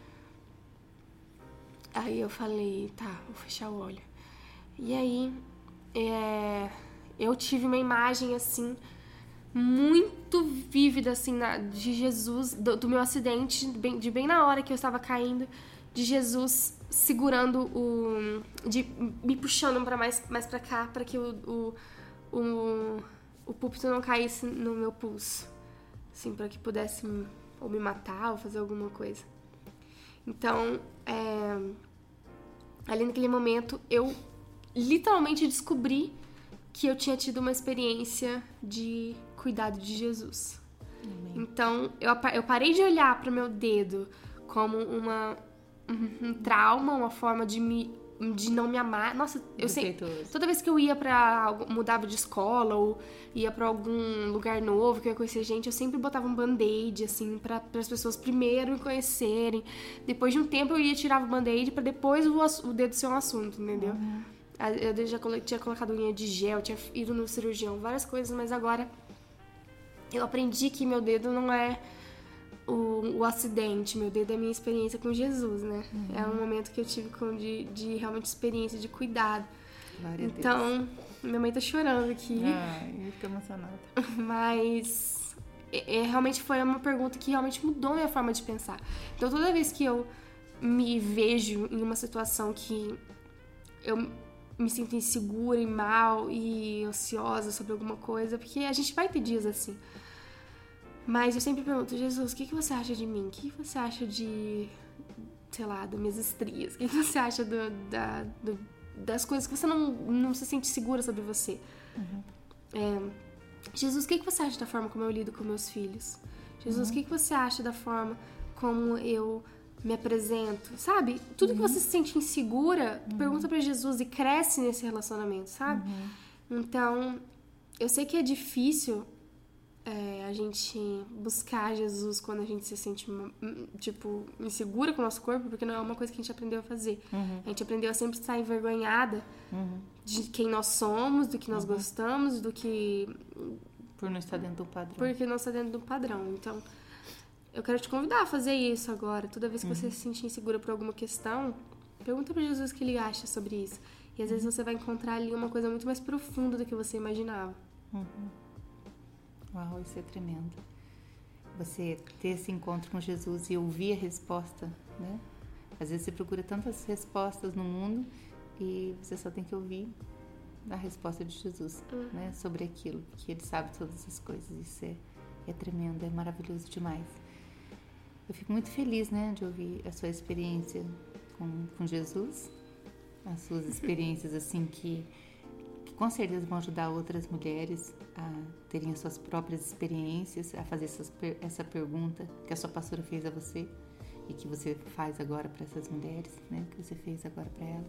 Aí eu falei, tá, vou fechar o olho. E aí, é, eu tive uma imagem, assim, muito vívida, assim, na, de Jesus, do, do meu acidente, bem, de bem na hora que eu estava caindo, de Jesus segurando o... de me puxando pra mais, mais pra cá, pra que o, o, o, o púlpito não caísse no meu pulso. Assim, pra que pudesse ou me matar ou fazer alguma coisa. Então, é, ali naquele momento, eu literalmente descobri que eu tinha tido uma experiência de cuidado de Jesus. Amém. Então, eu, eu parei de olhar para o meu dedo como uma, um, um trauma, uma forma de, me, de não me amar. Nossa, eu sei, toda vez que eu ia para mudava de escola ou ia para algum lugar novo, que eu ia conhecer gente, eu sempre botava um band-aid, assim, para as pessoas primeiro me conhecerem. Depois de um tempo, eu ia tirar o band-aid para depois o, o dedo ser um assunto, entendeu? Uhum. Eu já tinha colocado unha de gel, tinha ido no cirurgião, várias coisas, mas agora eu aprendi que meu dedo não é o, o acidente, meu Deus, da minha experiência com Jesus, né? Uhum. É um momento que eu tive com, de, de realmente experiência, de cuidado. Glória então, minha mãe tá chorando aqui. Ai, eu fico emocionada. Mas é, é, realmente foi uma pergunta que realmente mudou minha forma de pensar. Então, toda vez que eu me vejo em uma situação que eu me sinto insegura e mal e ansiosa sobre alguma coisa, porque a gente vai ter dias assim. Mas eu sempre pergunto, Jesus, o que, que você acha de mim? O que, que você acha de, sei lá, das minhas estrias? O que, que você acha do, da, do, das coisas que você não, não se sente segura sobre você? Uhum. É, Jesus, o que, que você acha da forma como eu lido com meus filhos? Jesus, uhum. o que, que você acha da forma como eu me apresento? Sabe? Tudo uhum. que você se sente insegura, uhum. pergunta pra Jesus e cresce nesse relacionamento, sabe? Uhum. Então, eu sei que é difícil é, a gente buscar Jesus quando a gente se sente, tipo, insegura com o nosso corpo, porque não é uma coisa que a gente aprendeu a fazer. Uhum. A gente aprendeu a sempre estar envergonhada uhum. de quem nós somos, do que nós uhum. gostamos, do que... Por não estar dentro do padrão. Porque não está dentro do padrão. Então, eu quero te convidar a fazer isso agora. Toda vez que uhum. você se sentir insegura por alguma questão, pergunta para Jesus o que ele acha sobre isso. E às vezes você vai encontrar ali uma coisa muito mais profunda do que você imaginava. Uhum. Uau, isso é tremendo. Você ter esse encontro com Jesus e ouvir a resposta, né? Às vezes você procura tantas respostas no mundo e você só tem que ouvir a resposta de Jesus, uhum. né? Sobre aquilo, que ele sabe todas as coisas. Isso é, é tremendo, é maravilhoso demais. Eu fico muito feliz, né, de ouvir a sua experiência com, com Jesus, as suas experiências, assim, que, que com certeza vão ajudar outras mulheres a terem as suas próprias experiências, a fazer essas, essa pergunta que a sua pastora fez a você e que você faz agora para essas mulheres, né, que você fez agora para ela.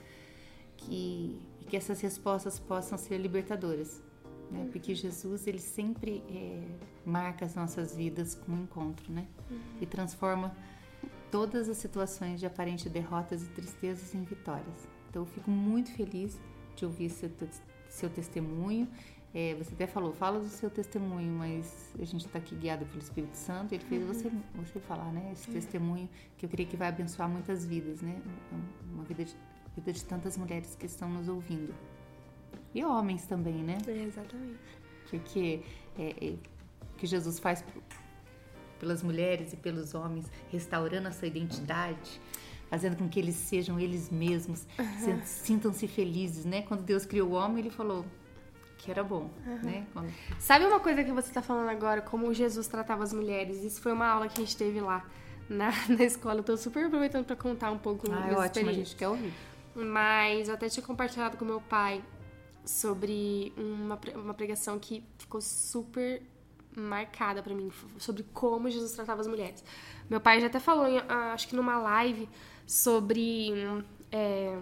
Que, e que essas respostas possam ser libertadoras. Né? Porque Jesus, ele sempre é, marca as nossas vidas com um encontro, né? Uhum. E transforma todas as situações de aparente derrotas e tristezas em vitórias. Então eu fico muito feliz de ouvir seu, seu testemunho. É, você até falou, fala do seu testemunho, mas a gente está aqui guiado pelo Espírito Santo. Ele fez uhum. você, você falar, né? Esse uhum. testemunho que eu creio que vai abençoar muitas vidas, né? Uma vida de, vida de tantas mulheres que estão nos ouvindo. E homens também, né? É, exatamente. Porque é, é, o que Jesus faz pelas mulheres e pelos homens, restaurando a sua identidade, fazendo com que eles sejam eles mesmos, uhum. sintam-se felizes, né? Quando Deus criou o homem, ele falou que era bom, uhum. né? Quando... Sabe uma coisa que você está falando agora, como Jesus tratava as mulheres? Isso foi uma aula que a gente teve lá na, na escola. Eu tô super aproveitando para contar um pouco ah, é ótimo, a gente quer ouvir. Mas eu até tinha compartilhado com meu pai sobre uma, uma pregação que ficou super marcada pra mim, sobre como Jesus tratava as mulheres. Meu pai já até falou, em, acho que numa live, sobre é,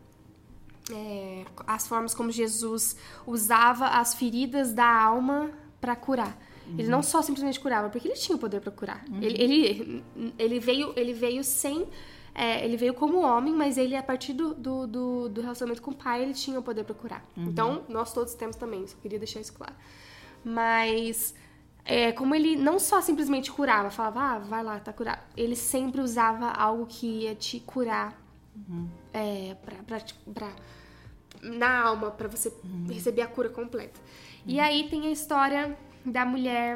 é, as formas como Jesus usava as feridas da alma pra curar. Uhum. Ele não só simplesmente curava, porque ele tinha o poder pra curar. Uhum. Ele, ele, ele, veio, ele veio sem... É, ele veio como homem, mas ele, a partir do, do, do, do relacionamento com o pai, ele tinha o poder pra curar. Uhum. Então, nós todos temos também, só queria deixar isso claro. Mas, é, como ele não só simplesmente curava, falava, ah, vai lá, tá curado. Ele sempre usava algo que ia te curar uhum. é, pra, pra, pra, na alma, pra você uhum. receber a cura completa. Uhum. E aí tem a história da mulher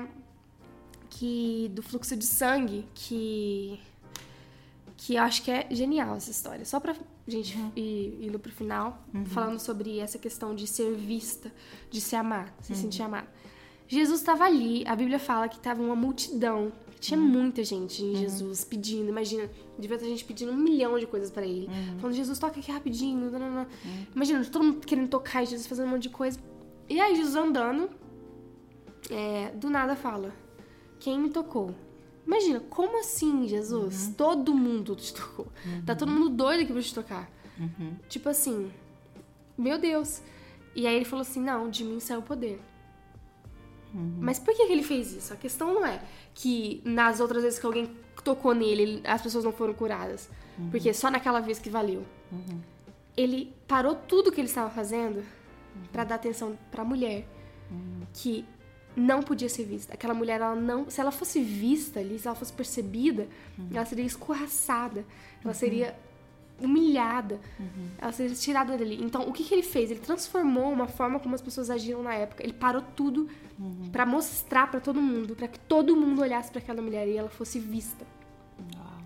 que, do fluxo de sangue, que... que eu acho que é genial essa história. Só pra gente uhum. ir indo pro final, uhum. falando sobre essa questão de ser vista, de se amar, se uhum. sentir amado. Jesus estava ali, a Bíblia fala que tava uma multidão, tinha uhum. muita gente em Jesus uhum. pedindo, imagina, devia ter gente pedindo um milhão de coisas pra ele, uhum. falando, Jesus, toca aqui rapidinho, não, não, não. Uhum. Imagina, todo mundo querendo tocar e Jesus fazendo um monte de coisa. E aí Jesus andando, é, do nada fala, quem me tocou? Imagina, como assim, Jesus? Uhum. Todo mundo te tocou. Uhum. Tá todo mundo doido aqui pra te tocar. Uhum. Tipo assim, meu Deus. E aí ele falou assim, não, de mim saiu o poder. Uhum. Mas por que, que ele fez isso? A questão não é que nas outras vezes que alguém tocou nele, as pessoas não foram curadas. Uhum. Porque só naquela vez que valeu. Uhum. Ele parou tudo que ele estava fazendo uhum. pra dar atenção pra mulher. Uhum. Que não podia ser vista. Aquela mulher, ela não, se ela fosse vista ali, se ela fosse percebida, uhum. ela seria escorraçada, ela uhum. seria humilhada, uhum. ela seria tirada dali. Então, o que, que ele fez? Ele transformou uma forma como as pessoas agiam na época. Ele parou tudo uhum. pra mostrar pra todo mundo, pra que todo mundo olhasse pra aquela mulher e ela fosse vista. Uau.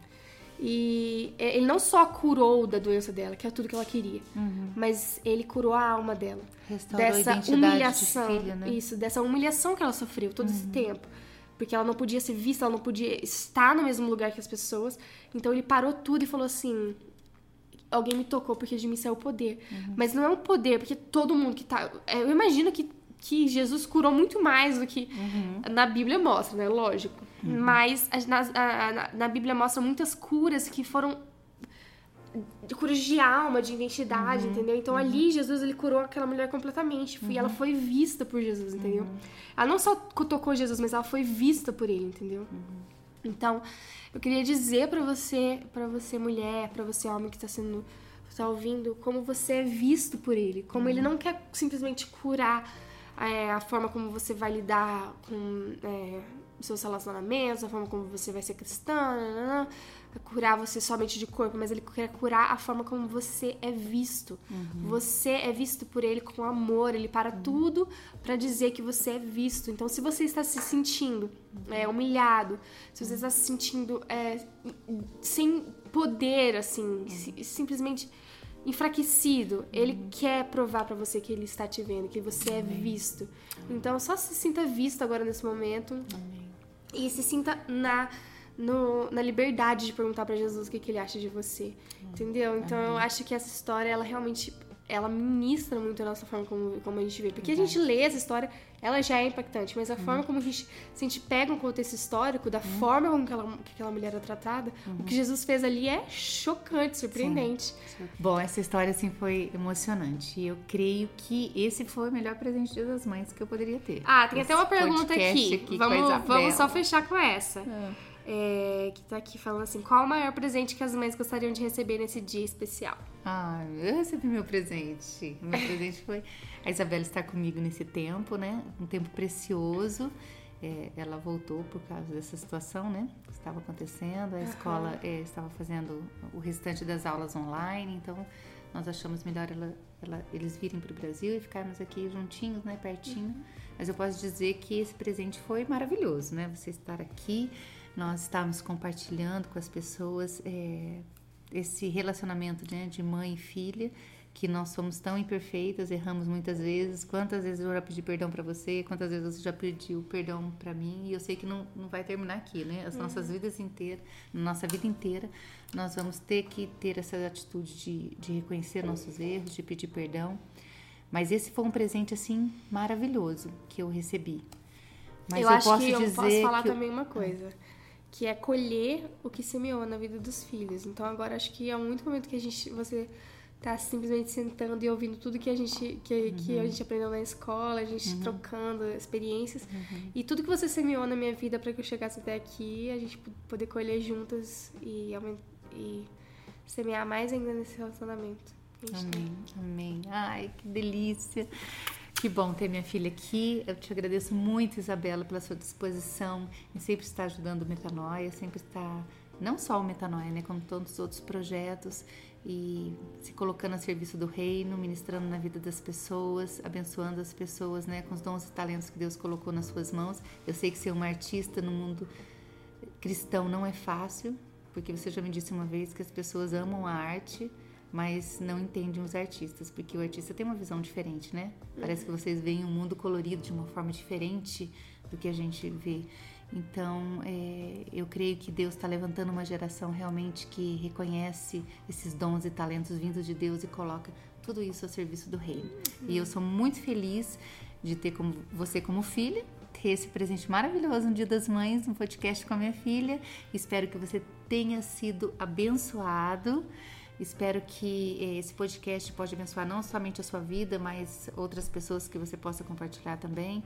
E ele não só curou da doença dela, que é tudo que ela queria, uhum. mas ele curou a alma dela. Restaurou dessa a identidade humilhação, de filha, né? Isso, dessa humilhação que ela sofreu todo uhum. esse tempo. Porque ela não podia ser vista, ela não podia estar no mesmo lugar que as pessoas. Então ele parou tudo e falou assim: alguém me tocou porque de mim saiu o poder. Uhum. Mas não é um poder, porque todo mundo que tá... Eu imagino que, que Jesus curou muito mais do que uhum. na Bíblia mostra, né? Lógico. Uhum. Mas na, na, na Bíblia mostra muitas curas que foram... curas de alma, de identidade, uhum. entendeu? Então uhum. ali Jesus, ele curou aquela mulher completamente. Uhum. E ela foi vista por Jesus, entendeu? Uhum. Ela não só tocou Jesus, mas ela foi vista por ele, entendeu? Uhum. Então, eu queria dizer pra você, pra você mulher, pra você homem que tá sendo, tá ouvindo, como você é visto por ele. Como uhum. ele não quer simplesmente curar é, a forma como você vai lidar com é, seus relacionamentos, a forma como você vai ser cristã, não, não, não. Curar você somente de corpo, mas ele quer curar a forma como você é visto. Uhum. Você é visto por ele com amor, ele para uhum. tudo pra dizer que você é visto. Então, se você está se sentindo uhum. é, humilhado, se você está se sentindo é, sem poder, assim, uhum. si, simplesmente enfraquecido, uhum. ele quer provar pra você que ele está te vendo, que você uhum. é visto. Então, só se sinta visto agora nesse momento uhum. e se sinta na... No, na liberdade de perguntar pra Jesus o que, que ele acha de você, hum, entendeu? Então uhum. eu acho que essa história, ela realmente, ela ministra muito a nossa forma como, como a gente vê, porque uhum. a gente lê essa história, ela já é impactante, mas a uhum. forma como a gente, se a gente pega um contexto histórico da uhum. forma como aquela, que aquela mulher é tratada, uhum. o que Jesus fez ali é chocante, surpreendente. Sim. Bom, essa história assim foi emocionante e eu creio que esse foi o melhor presente de Dia das Mães que eu poderia ter. Ah, tem esse até uma pergunta aqui, aqui vamos, vamos só fechar com essa. É. É, que tá aqui falando assim: qual o maior presente que as mães gostariam de receber nesse dia especial? Ah, eu recebi meu presente. Meu presente foi a Isabela estar comigo nesse tempo, né? Um tempo precioso. É, ela voltou por causa dessa situação, né? Que estava acontecendo. A uhum. escola é, estava fazendo o restante das aulas online, então nós achamos melhor ela, ela, eles virem para o Brasil e ficarmos aqui juntinhos, né? Pertinho. Uhum. Mas eu posso dizer que esse presente foi maravilhoso, né? Você estar aqui. Nós estávamos compartilhando com as pessoas é, esse relacionamento, né, de mãe e filha, que nós somos tão imperfeitas, erramos muitas vezes. Quantas vezes eu já pedi perdão para você, quantas vezes você já pediu perdão para mim, e eu sei que não, não vai terminar aqui, né? As uhum. nossas vidas inteiras, nossa vida inteira, nós vamos ter que ter essa atitude de, de reconhecer nossos erros, de pedir perdão. Mas esse foi um presente, assim, maravilhoso que eu recebi. Mas eu, eu acho posso que dizer eu posso falar que também eu... uma coisa. Que é colher o que semeou na vida dos filhos. Então agora acho que é muito momento que a gente, você tá simplesmente sentando e ouvindo tudo que a gente, que, uhum. que a gente aprendeu na escola, a gente uhum. trocando experiências. Uhum. E tudo que você semeou na minha vida para que eu chegasse até aqui, a gente poder colher juntas e, e semear mais ainda nesse relacionamento. Amém, tem. Amém. Ai, que delícia. Que bom ter minha filha aqui. Eu te agradeço muito, Isabela, pela sua disposição em sempre estar ajudando o Metanoia, sempre estar, não só o Metanoia, né, como todos os outros projetos, e se colocando a serviço do reino, ministrando na vida das pessoas, abençoando as pessoas, né, com os dons e talentos que Deus colocou nas suas mãos. Eu sei que ser uma artista no mundo cristão não é fácil, porque você já me disse uma vez que as pessoas amam a arte, mas não entendem os artistas, porque o artista tem uma visão diferente, né? Parece que vocês veem o um mundo colorido de uma forma diferente do que a gente vê. Então, é, eu creio que Deus está levantando uma geração realmente que reconhece esses dons e talentos vindos de Deus e coloca tudo isso a serviço do reino. E eu sou muito feliz de ter como, você como filha, ter esse presente maravilhoso no Dia das Mães, um podcast com a minha filha. Espero que você tenha sido abençoado. Espero que esse podcast pode abençoar não somente a sua vida, mas outras pessoas que você possa compartilhar também.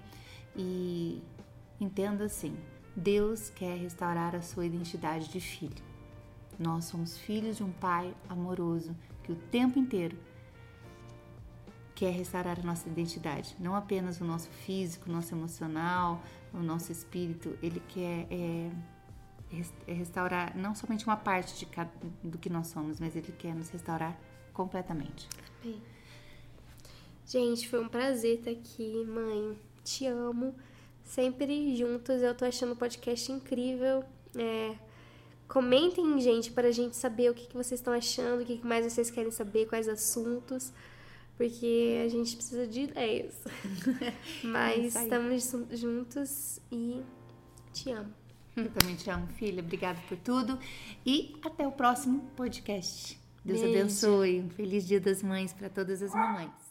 E entenda assim, Deus quer restaurar a sua identidade de filho. Nós somos filhos de um Pai amoroso que o tempo inteiro quer restaurar a nossa identidade. Não apenas o nosso físico, o nosso emocional, o nosso espírito. Ele quer é, é restaurar não somente uma parte de cada, do que nós somos, mas Ele quer nos restaurar completamente. Amém. Gente, foi um prazer estar aqui, mãe. Te amo. Sempre juntos. Eu tô achando o podcast incrível. É, comentem, gente, para a gente saber o que, que vocês estão achando, o que, que mais vocês querem saber, quais assuntos, porque a gente precisa de ideias. Mas é estamos juntos e te amo. Eu também te amo, filha. Obrigada por tudo. E até o próximo podcast. Deus Beijo. abençoe. Um feliz Dia das Mães para todas as mamães.